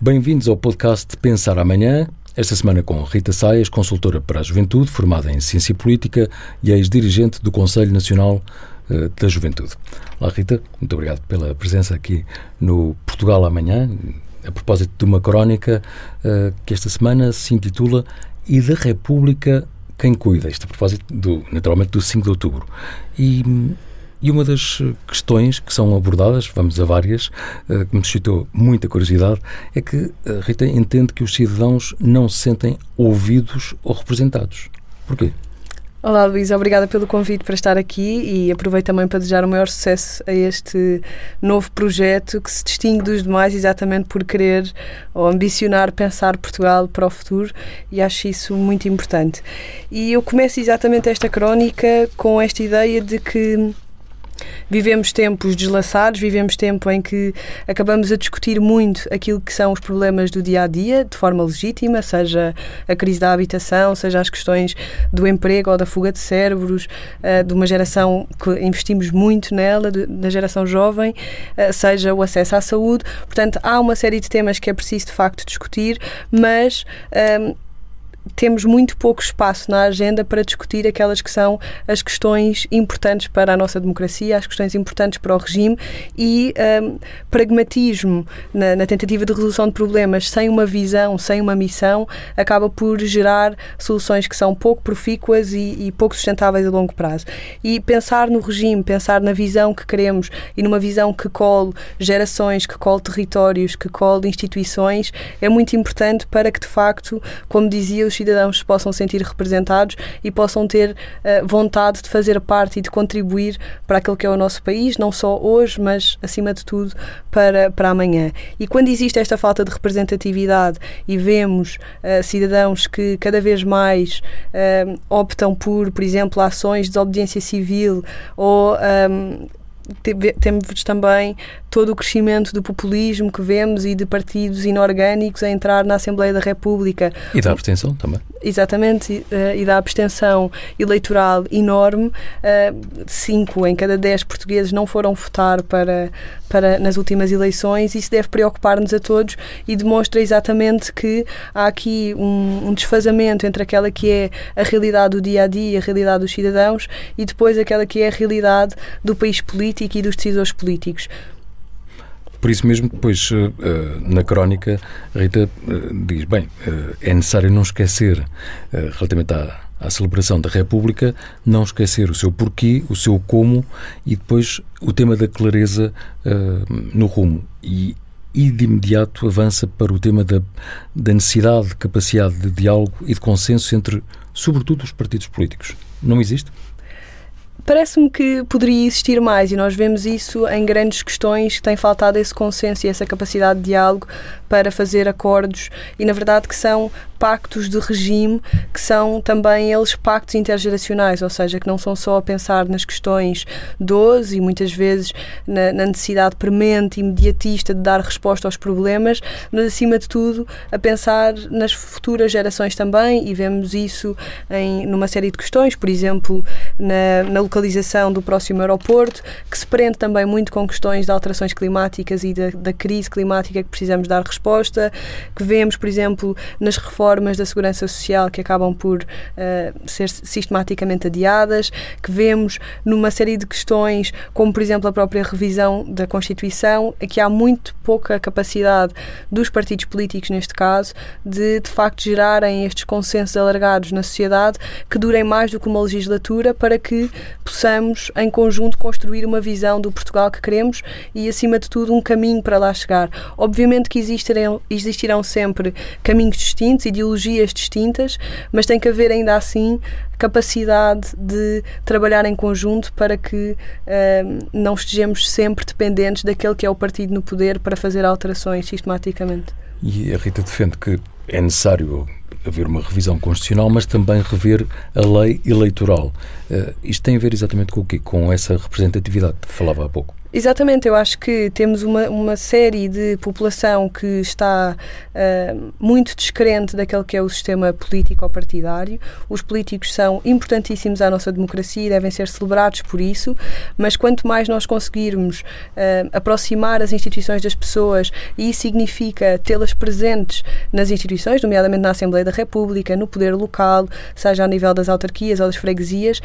Bem-vindos ao podcast Pensar Amanhã, esta semana com Rita Saias, consultora para a juventude, formada em Ciência Política e ex-dirigente do Conselho Nacional da Juventude. Olá Rita, muito obrigado pela presença aqui no Portugal Amanhã, a propósito de uma crónica que esta semana se intitula E da República quem cuida? Isto a propósito, naturalmente, do 5 de outubro. E uma das questões que são abordadas, vamos a várias, que me suscitou muita curiosidade, é que a Rita entende que os cidadãos não se sentem ouvidos ou representados. Porquê? Olá Luís, obrigada pelo convite para estar aqui e aproveito também para desejar o maior sucesso a este novo projeto que se distingue dos demais exatamente por querer ou ambicionar pensar Portugal para o futuro, e acho isso muito importante. E eu começo exatamente esta crónica com esta ideia de que vivemos tempos deslaçados, vivemos tempo em que acabamos a discutir muito aquilo que são os problemas do dia-a-dia, de forma legítima, seja a crise da habitação, seja as questões do emprego ou da fuga de cérebros, de uma geração que investimos muito nela, da geração jovem, seja o acesso à saúde. Portanto, há uma série de temas que é preciso de facto discutir, mas temos muito pouco espaço na agenda para discutir aquelas que são as questões importantes para a nossa democracia, as questões importantes para o regime, e pragmatismo na tentativa de resolução de problemas sem uma visão, sem uma missão, acaba por gerar soluções que são pouco profícuas e pouco sustentáveis a longo prazo. E pensar no regime, pensar na visão que queremos e numa visão que cole gerações, que cole territórios, que cole instituições, é muito importante para que, de facto, como dizia, os cidadãos se possam sentir representados e possam ter vontade de fazer parte e de contribuir para aquilo que é o nosso país, não só hoje, mas acima de tudo para amanhã. E quando existe esta falta de representatividade e vemos cidadãos que cada vez mais optam por exemplo, ações de desobediência civil ou temos também todo o crescimento do populismo que vemos e de partidos inorgânicos a entrar na Assembleia da República. E da abstenção também. Exatamente, e da abstenção eleitoral enorme. 5 em cada 10 portugueses não foram votar nas últimas eleições. Isso deve preocupar-nos a todos e demonstra exatamente que há aqui um desfazamento entre aquela que é a realidade do dia-a-dia, a realidade dos cidadãos, e depois aquela que é a realidade do país político e dos decisores políticos. Por isso mesmo, depois, na crónica, a Rita diz, é necessário não esquecer, relativamente à celebração da República, não esquecer o seu porquê, o seu como, e depois o tema da clareza no rumo. E de imediato avança para o tema da necessidade de capacidade de diálogo e de consenso entre, sobretudo, os partidos políticos. Não existe? Parece-me que poderia existir mais, e nós vemos isso em grandes questões que tem faltado esse consenso e essa capacidade de diálogo para fazer acordos, e na verdade que são pactos de regime, que são também eles pactos intergeracionais, ou seja, que não são só a pensar nas questões de hoje e muitas vezes na necessidade premente, imediatista de dar resposta aos problemas, mas acima de tudo a pensar nas futuras gerações também, e vemos isso numa série de questões, por exemplo, na localização do próximo aeroporto, que se prende também muito com questões de alterações climáticas e da crise climática que precisamos dar resposta, que vemos, por exemplo, nas reformas da segurança social que acabam por ser sistematicamente adiadas, que vemos numa série de questões, como por exemplo a própria revisão da Constituição, que há muito pouca capacidade dos partidos políticos, neste caso, de facto gerarem estes consensos alargados na sociedade que durem mais do que uma legislatura, para que possamos em conjunto construir uma visão do Portugal que queremos e, acima de tudo, um caminho para lá chegar. Obviamente que existirão sempre caminhos distintos, ideologias distintas, mas tem que haver ainda assim capacidade de trabalhar em conjunto para que não estejamos sempre dependentes daquele que é o partido no poder para fazer alterações sistematicamente. E a Rita defende que é necessário haver uma revisão constitucional, mas também rever a lei eleitoral. Isto tem a ver exatamente com o quê? Com essa representatividade que falava há pouco. Exatamente, eu acho que temos uma série de população que está muito descrente daquele que é o sistema político-partidário. Os políticos são importantíssimos à nossa democracia e devem ser celebrados por isso, mas quanto mais nós conseguirmos aproximar as instituições das pessoas, e isso significa tê-las presentes nas instituições, nomeadamente na Assembleia da República, no poder local, seja a nível das autarquias ou das freguesias,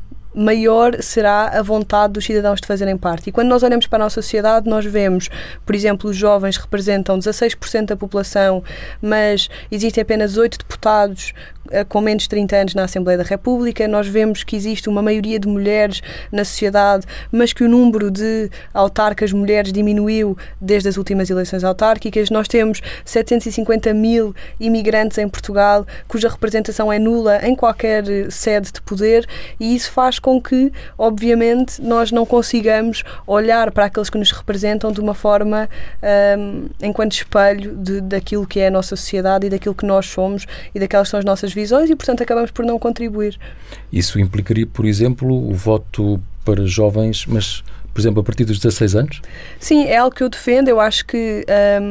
maior será a vontade dos cidadãos de fazerem parte. E quando nós olhamos para a nossa sociedade, nós vemos, por exemplo, os jovens representam 16% da população, mas existem apenas 8 deputados com menos de 30 anos na Assembleia da República. Nós vemos que existe uma maioria de mulheres na sociedade, mas que o número de autarcas mulheres diminuiu desde as últimas eleições autárquicas. Nós temos 750 mil imigrantes em Portugal, cuja representação é nula em qualquer sede de poder, e isso faz com que, obviamente, nós não consigamos olhar para aqueles que nos representam de uma forma enquanto espelho daquilo que é a nossa sociedade e daquilo que nós somos e daquelas que são as nossas visões, e, portanto, acabamos por não contribuir. Isso implicaria, por exemplo, o voto para jovens, mas, por exemplo, a partir dos 16 anos? Sim, é algo que eu defendo. Eu acho que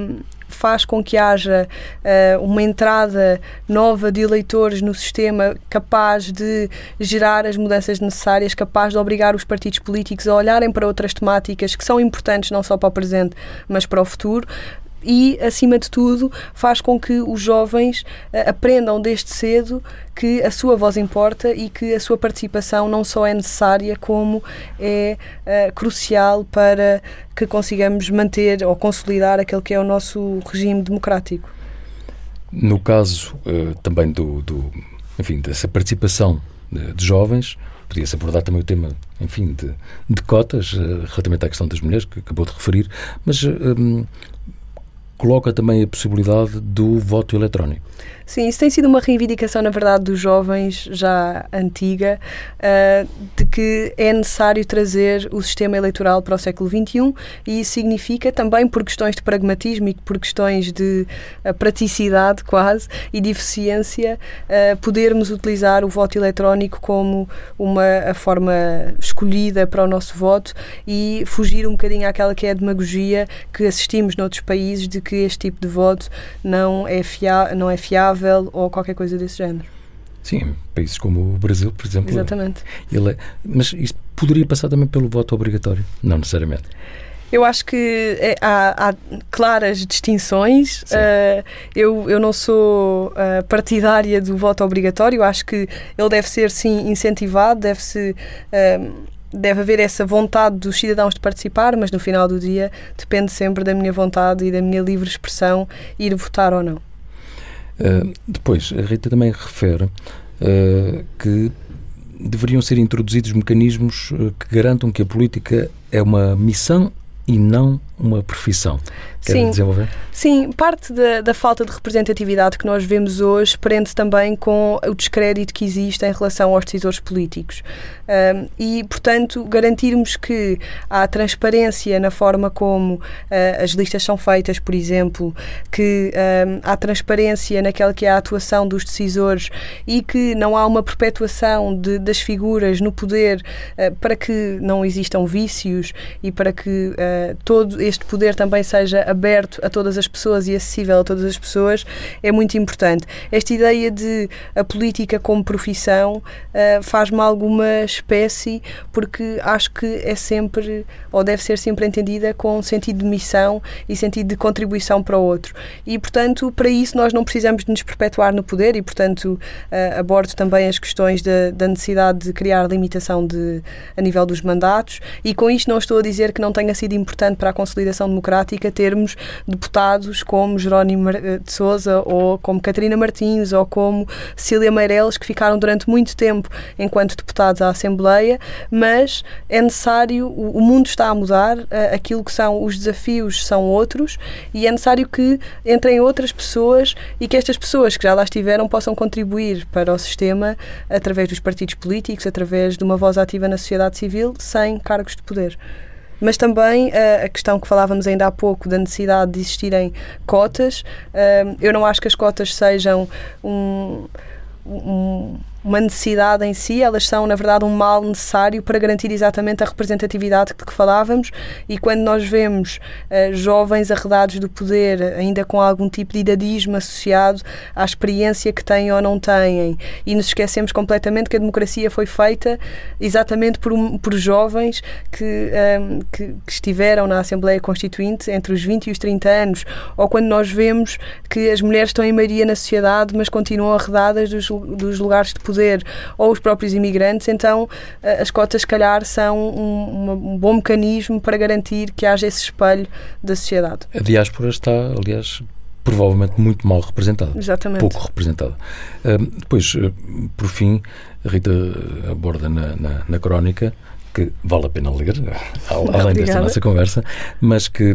faz com que haja uma entrada nova de eleitores no sistema, capaz de gerar as mudanças necessárias, capaz de obrigar os partidos políticos a olharem para outras temáticas que são importantes não só para o presente, mas para o futuro. E, acima de tudo, faz com que os jovens aprendam desde cedo que a sua voz importa e que a sua participação não só é necessária, como é crucial para que consigamos manter ou consolidar aquele que é o nosso regime democrático. No caso também enfim, dessa participação de jovens, podia-se abordar também o tema, enfim, de cotas, relativamente à questão das mulheres, que acabou de referir, mas coloca também a possibilidade do voto eletrónico. Sim, isso tem sido uma reivindicação, na verdade, dos jovens já antiga, de que é necessário trazer o sistema eleitoral para o século XXI, e isso significa também, por questões de pragmatismo e por questões de praticidade quase e de eficiência, podermos utilizar o voto eletrónico como a forma escolhida para o nosso voto e fugir um bocadinho àquela que é a demagogia que assistimos noutros países, de que este tipo de voto não é fiável ou qualquer coisa desse género. Sim, países como o Brasil, por exemplo. Exatamente. Mas isto poderia passar também pelo voto obrigatório? Não necessariamente. Eu acho que há claras distinções. Eu não sou partidária do voto obrigatório. Eu acho que ele deve ser, sim, incentivado, deve haver essa vontade dos cidadãos de participar, mas no final do dia depende sempre da minha vontade e da minha livre expressão ir votar ou não. Depois, a Rita também refere que deveriam ser introduzidos mecanismos que garantam que a política é uma missão e não uma profissão. Quer desenvolver? Sim, parte da falta de representatividade que nós vemos hoje prende-se também com o descrédito que existe em relação aos decisores políticos. E, portanto, garantirmos que há transparência na forma como as listas são feitas, por exemplo, que há transparência naquela que é a atuação dos decisores e que não há uma perpetuação das figuras no poder para que não existam vícios e para que todo este poder também seja aberto a todas as pessoas e acessível a todas as pessoas, é muito importante. Esta ideia de a política como profissão faz-me alguma espécie, porque acho que é sempre, ou deve ser sempre entendida com sentido de missão e sentido de contribuição para o outro. E, portanto, para isso nós não precisamos de nos perpetuar no poder e, portanto, abordo também as questões da necessidade de criar limitação a nível dos mandatos, e com isto não estou a dizer que não tenha sido importante para a consolidação democrática termos deputados como Jerónimo de Sousa ou como Catarina Martins ou como Cecília Meireles, que ficaram durante muito tempo enquanto deputados à Assembleia, mas é necessário, o mundo está a mudar, aquilo que são os desafios são outros, e é necessário que entrem outras pessoas e que estas pessoas que já lá estiveram possam contribuir para o sistema através dos partidos políticos, através de uma voz ativa na sociedade civil, sem cargos de poder. mas também a questão que falávamos ainda há pouco da necessidade de existirem cotas. Eu não acho que as cotas sejam uma necessidade em si, elas são, na verdade, um mal necessário para garantir exatamente a representatividade de que falávamos, e quando nós vemos jovens arredados do poder, ainda com algum tipo de idadismo associado à experiência que têm ou não têm, e nos esquecemos completamente que a democracia foi feita exatamente por jovens que estiveram na Assembleia Constituinte entre os 20 e os 30 anos, ou quando nós vemos que as mulheres estão em maioria na sociedade, mas continuam arredadas dos lugares de poder, ou os próprios imigrantes, então as cotas, se calhar, são um bom mecanismo para garantir que haja esse espelho da sociedade. A diáspora está, aliás, provavelmente muito mal representada. Exatamente. Pouco representada. Depois, por fim, a Rita aborda na crónica, que vale a pena ler, além desta nossa conversa, mas que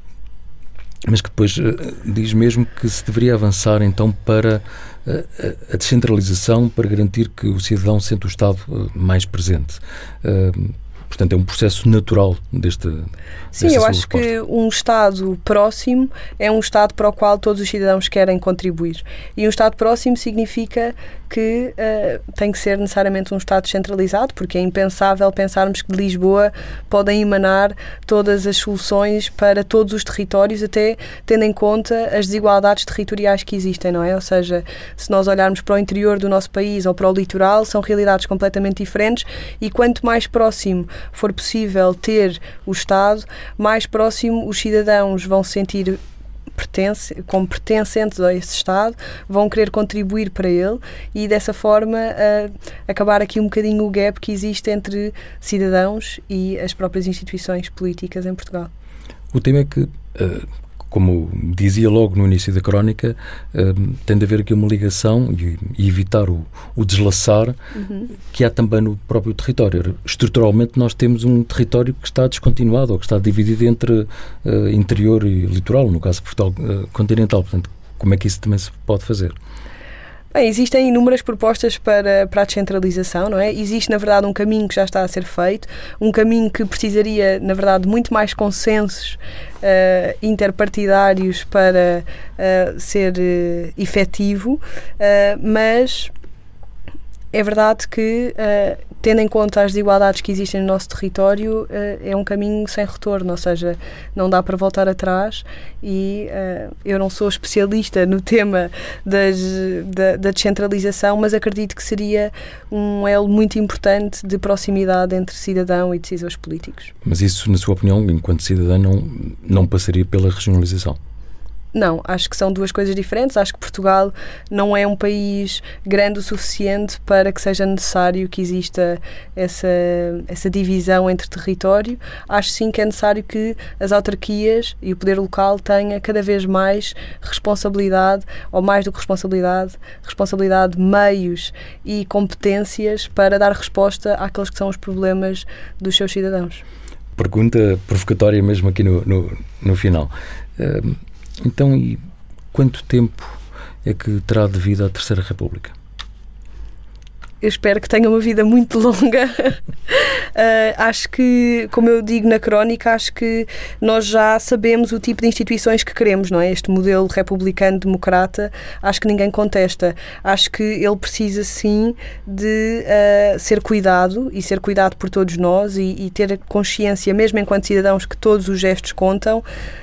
depois diz mesmo que se deveria avançar então para a descentralização, para garantir que o cidadão sente o Estado mais presente. Portanto, é um processo natural Sim, eu acho que um Estado próximo é um Estado para o qual todos os cidadãos querem contribuir. E um Estado próximo significa que tem que ser necessariamente um Estado descentralizado, porque é impensável pensarmos que de Lisboa podem emanar todas as soluções para todos os territórios, até tendo em conta as desigualdades territoriais que existem, não é? Ou seja, se nós olharmos para o interior do nosso país ou para o litoral, são realidades completamente diferentes, e quanto mais próximo for possível ter o Estado, mais próximo os cidadãos vão se sentir como pertencentes a esse Estado, vão querer contribuir para ele, e dessa forma acabar aqui um bocadinho o gap que existe entre cidadãos e as próprias instituições políticas em Portugal. O tema é que, como dizia logo no início da crónica, tem de haver aqui uma ligação e evitar o deslaçar que há também no próprio território. Estruturalmente nós temos um território que está descontinuado, ou que está dividido entre interior e litoral, no caso de Portugal continental. Portanto, como é que isso também se pode fazer? Bem, existem inúmeras propostas para a descentralização, não é? Existe, na verdade, um caminho que já está a ser feito, um caminho que precisaria, na verdade, muito mais consensos interpartidários para ser efetivo, mas é verdade que, tendo em conta as desigualdades que existem no nosso território, é um caminho sem retorno, ou seja, não dá para voltar atrás, e eu não sou especialista no tema da descentralização, mas acredito que seria um elo muito importante de proximidade entre cidadão e decisores políticos. Mas isso, na sua opinião, enquanto cidadão, não passaria pela regionalização? Não, acho que são duas coisas diferentes. Acho que Portugal não é um país grande o suficiente para que seja necessário que exista essa divisão entre território. Acho sim que é necessário que as autarquias e o poder local tenha cada vez mais responsabilidade, ou mais do que responsabilidade, meios e competências para dar resposta àqueles que são os problemas dos seus cidadãos. Pergunta provocatória mesmo aqui no final. Então, e quanto tempo é que terá de vida a Terceira República? Eu espero que tenha uma vida muito longa. Acho que, como eu digo na crónica, acho que nós já sabemos o tipo de instituições que queremos, não é? Este modelo republicano-democrata, acho que ninguém contesta. Acho que ele precisa, sim, de ser cuidado, e ser cuidado por todos nós, e ter consciência, mesmo enquanto cidadãos, que todos os gestos contam,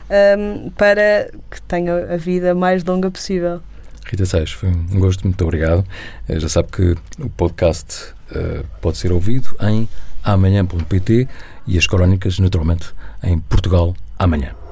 para que tenha a vida mais longa possível. Rita Sais, foi um gosto, muito obrigado. Já sabe que o podcast pode ser ouvido em amanhã.pt e as crónicas, naturalmente, em Portugal Amanhã.